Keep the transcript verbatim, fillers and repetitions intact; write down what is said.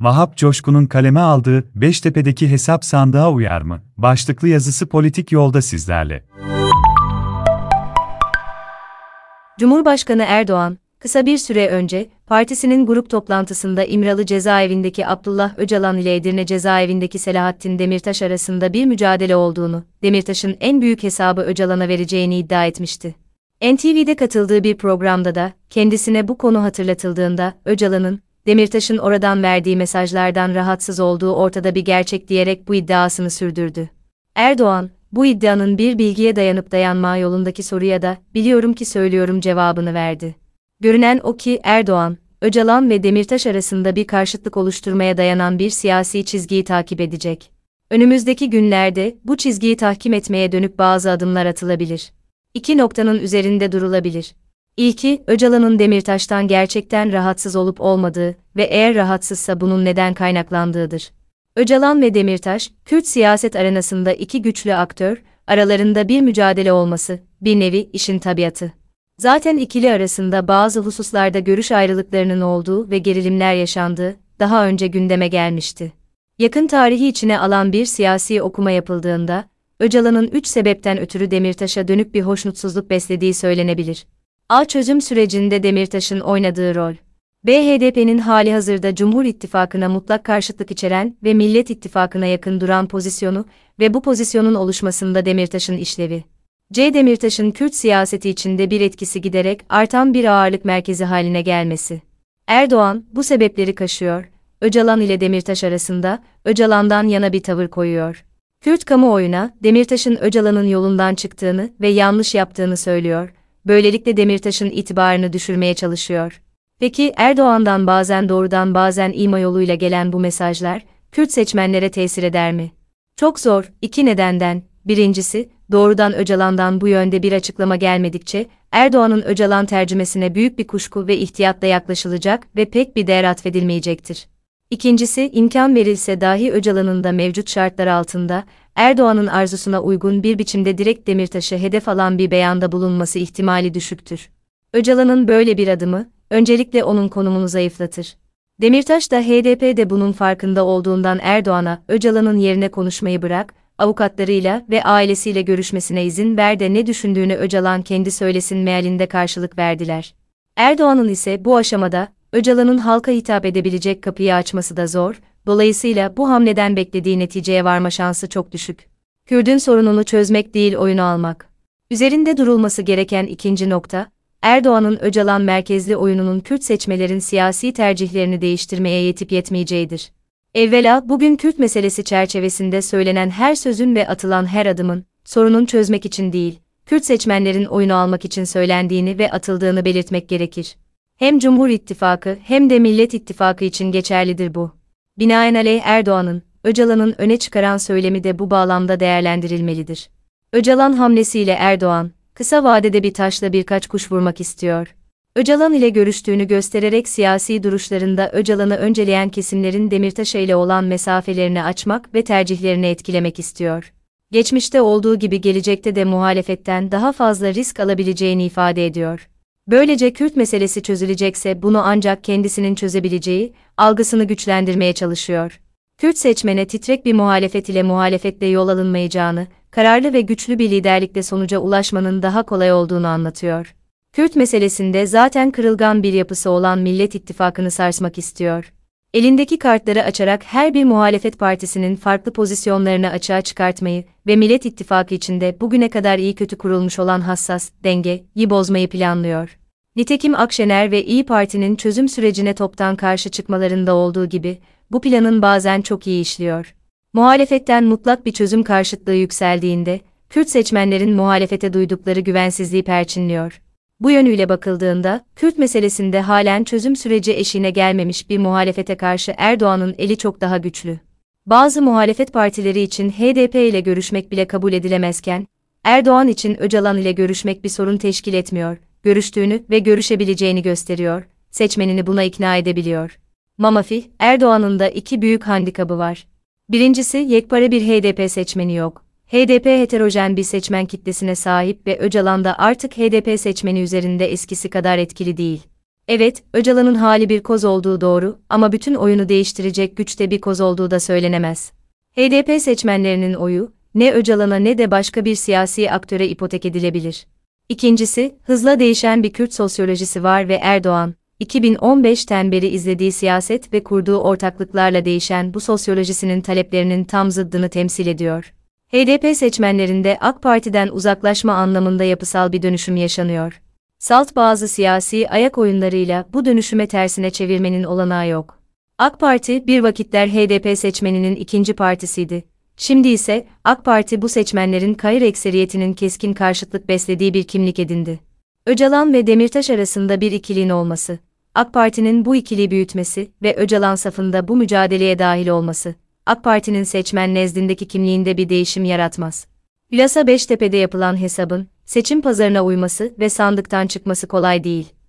Vahap Coşkun'un kaleme aldığı Beştepe'deki hesap sandığa uyar mı? Başlıklı yazısı politik yolda sizlerle. Cumhurbaşkanı Erdoğan, kısa bir süre önce, partisinin grup toplantısında İmralı cezaevindeki Abdullah Öcalan ile Edirne cezaevindeki Selahattin Demirtaş arasında bir mücadele olduğunu, Demirtaş'ın en büyük hesabı Öcalan'a vereceğini iddia etmişti. N T V'de katıldığı bir programda da, kendisine bu konu hatırlatıldığında, Öcalan'ın, Demirtaş'ın oradan verdiği mesajlardan rahatsız olduğu ortada bir gerçek diyerek bu iddiasını sürdürdü. Erdoğan, bu iddianın bir bilgiye dayanıp dayanmağı yolundaki soruya da, biliyorum ki söylüyorum cevabını verdi. Görünen o ki Erdoğan, Öcalan ve Demirtaş arasında bir karşıtlık oluşturmaya dayanan bir siyasi çizgiyi takip edecek. Önümüzdeki günlerde bu çizgiyi tahkim etmeye dönük bazı adımlar atılabilir. İki noktanın üzerinde durulabilir. İlki, Öcalan'ın Demirtaş'tan gerçekten rahatsız olup olmadığı ve eğer rahatsızsa bunun neden kaynaklandığıdır. Öcalan ve Demirtaş, Kürt siyaset arenasında iki güçlü aktör, aralarında bir mücadele olması, bir nevi işin tabiatı. Zaten ikili arasında bazı hususlarda görüş ayrılıklarının olduğu ve gerilimler yaşandığı, daha önce gündeme gelmişti. Yakın tarihi içine alan bir siyasi okuma yapıldığında, Öcalan'ın üç sebepten ötürü Demirtaş'a dönük bir hoşnutsuzluk beslediği söylenebilir. A. Çözüm sürecinde Demirtaş'ın oynadığı rol. B. H D P'nin halihazırda Cumhur İttifakı'na mutlak karşıtlık içeren ve Millet İttifakı'na yakın duran pozisyonu ve bu pozisyonun oluşmasında Demirtaş'ın işlevi. C. Demirtaş'ın Kürt siyaseti içinde bir etkisi giderek artan bir ağırlık merkezi haline gelmesi. Erdoğan, bu sebepleri kaşıyor, Öcalan ile Demirtaş arasında, Öcalan'dan yana bir tavır koyuyor. Kürt kamuoyuna, Demirtaş'ın Öcalan'ın yolundan çıktığını ve yanlış yaptığını söylüyor, böylelikle Demirtaş'ın itibarını düşürmeye çalışıyor. Peki Erdoğan'dan bazen doğrudan bazen ima yoluyla gelen bu mesajlar, Kürt seçmenlere tesir eder mi? Çok zor, iki nedenden. Birincisi, doğrudan Öcalan'dan bu yönde bir açıklama gelmedikçe, Erdoğan'ın Öcalan tercümesine büyük bir kuşku ve ihtiyatla yaklaşılacak ve pek bir değer atfedilmeyecektir. İkincisi, imkan verilse dahi Öcalan'ın da mevcut şartlar altında, Erdoğan'ın arzusuna uygun bir biçimde direkt Demirtaş'ı hedef alan bir beyanda bulunması ihtimali düşüktür. Öcalan'ın böyle bir adımı, öncelikle onun konumunu zayıflatır. Demirtaş da H D P de bunun farkında olduğundan Erdoğan'a, Öcalan'ın yerine konuşmayı bırak, avukatlarıyla ve ailesiyle görüşmesine izin ver de ne düşündüğünü Öcalan kendi söylesin mealinde karşılık verdiler. Erdoğan'ın ise bu aşamada, Öcalan'ın halka hitap edebilecek kapıyı açması da zor, dolayısıyla bu hamleden beklediği neticeye varma şansı çok düşük. Kürt'ün sorununu çözmek değil oyunu almak. Üzerinde durulması gereken ikinci nokta, Erdoğan'ın Öcalan merkezli oyununun Kürt seçmelerin siyasi tercihlerini değiştirmeye yetip yetmeyeceğidir. Evvela bugün Kürt meselesi çerçevesinde söylenen her sözün ve atılan her adımın, sorunun çözmek için değil, Kürt seçmenlerin oyunu almak için söylendiğini ve atıldığını belirtmek gerekir. Hem Cumhur İttifakı hem de Millet İttifakı için geçerlidir bu. Binaenaleyh Erdoğan'ın, Öcalan'ın öne çıkaran söylemi de bu bağlamda değerlendirilmelidir. Öcalan hamlesiyle Erdoğan, kısa vadede bir taşla birkaç kuş vurmak istiyor. Öcalan ile görüştüğünü göstererek siyasi duruşlarında Öcalan'ı önceleyen kesimlerin Demirtaş ile olan mesafelerini açmak ve tercihlerini etkilemek istiyor. Geçmişte olduğu gibi gelecekte de muhalefetten daha fazla risk alabileceğini ifade ediyor. Böylece Kürt meselesi çözülecekse bunu ancak kendisinin çözebileceği, algısını güçlendirmeye çalışıyor. Kürt seçmene titrek bir muhalefet ile muhalefetle yol alınmayacağını, kararlı ve güçlü bir liderlikle sonuca ulaşmanın daha kolay olduğunu anlatıyor. Kürt meselesinde zaten kırılgan bir yapısı olan Millet İttifakı'nı sarsmak istiyor. Elindeki kartları açarak her bir muhalefet partisinin farklı pozisyonlarını açığa çıkartmayı ve Millet İttifakı içinde bugüne kadar iyi kötü kurulmuş olan hassas dengeyi bozmayı planlıyor. Nitekim Akşener ve İyi Parti'nin çözüm sürecine toptan karşı çıkmalarında olduğu gibi, bu planın bazen çok iyi işliyor. Muhalefetten mutlak bir çözüm karşıtlığı yükseldiğinde, Kürt seçmenlerin muhalefete duydukları güvensizliği perçinliyor. Bu yönüyle bakıldığında, Kürt meselesinde halen çözüm süreci eşiğine gelmemiş bir muhalefete karşı Erdoğan'ın eli çok daha güçlü. Bazı muhalefet partileri için H D P ile görüşmek bile kabul edilemezken, Erdoğan için Öcalan ile görüşmek bir sorun teşkil etmiyor, görüştüğünü ve görüşebileceğini gösteriyor, seçmenini buna ikna edebiliyor. Mamafi, Erdoğan'ın da iki büyük handikabı var. Birincisi, yekpare bir H D P seçmeni yok. H D P heterojen bir seçmen kitlesine sahip ve Öcalan da artık H D P seçmeni üzerinde eskisi kadar etkili değil. Evet, Öcalan'ın hali bir koz olduğu doğru ama bütün oyunu değiştirecek güçte bir koz olduğu da söylenemez. H D P seçmenlerinin oyu, ne Öcalan'a ne de başka bir siyasi aktöre ipotek edilebilir. İkincisi, hızla değişen bir Kürt sosyolojisi var ve Erdoğan, iki bin on beşten beri izlediği siyaset ve kurduğu ortaklıklarla değişen bu sosyolojisinin taleplerinin tam zıddını temsil ediyor. H D P seçmenlerinde AK Parti'den uzaklaşma anlamında yapısal bir dönüşüm yaşanıyor. Salt bazı siyasi ayak oyunlarıyla bu dönüşüme tersine çevirmenin olanağı yok. AK Parti bir vakitler H D P seçmeninin ikinci partisiydi. Şimdi ise AK Parti bu seçmenlerin kayır ekseriyetinin keskin karşıtlık beslediği bir kimlik edindi. Öcalan ve Demirtaş arasında bir ikiliğin olması, AK Parti'nin bu ikiliği büyütmesi ve Öcalan safında bu mücadeleye dahil olması, AK Parti'nin seçmen nezdindeki kimliğinde bir değişim yaratmaz. Hülasa Beştepe'de yapılan hesabın, seçim pazarına uyması ve sandıktan çıkması kolay değil.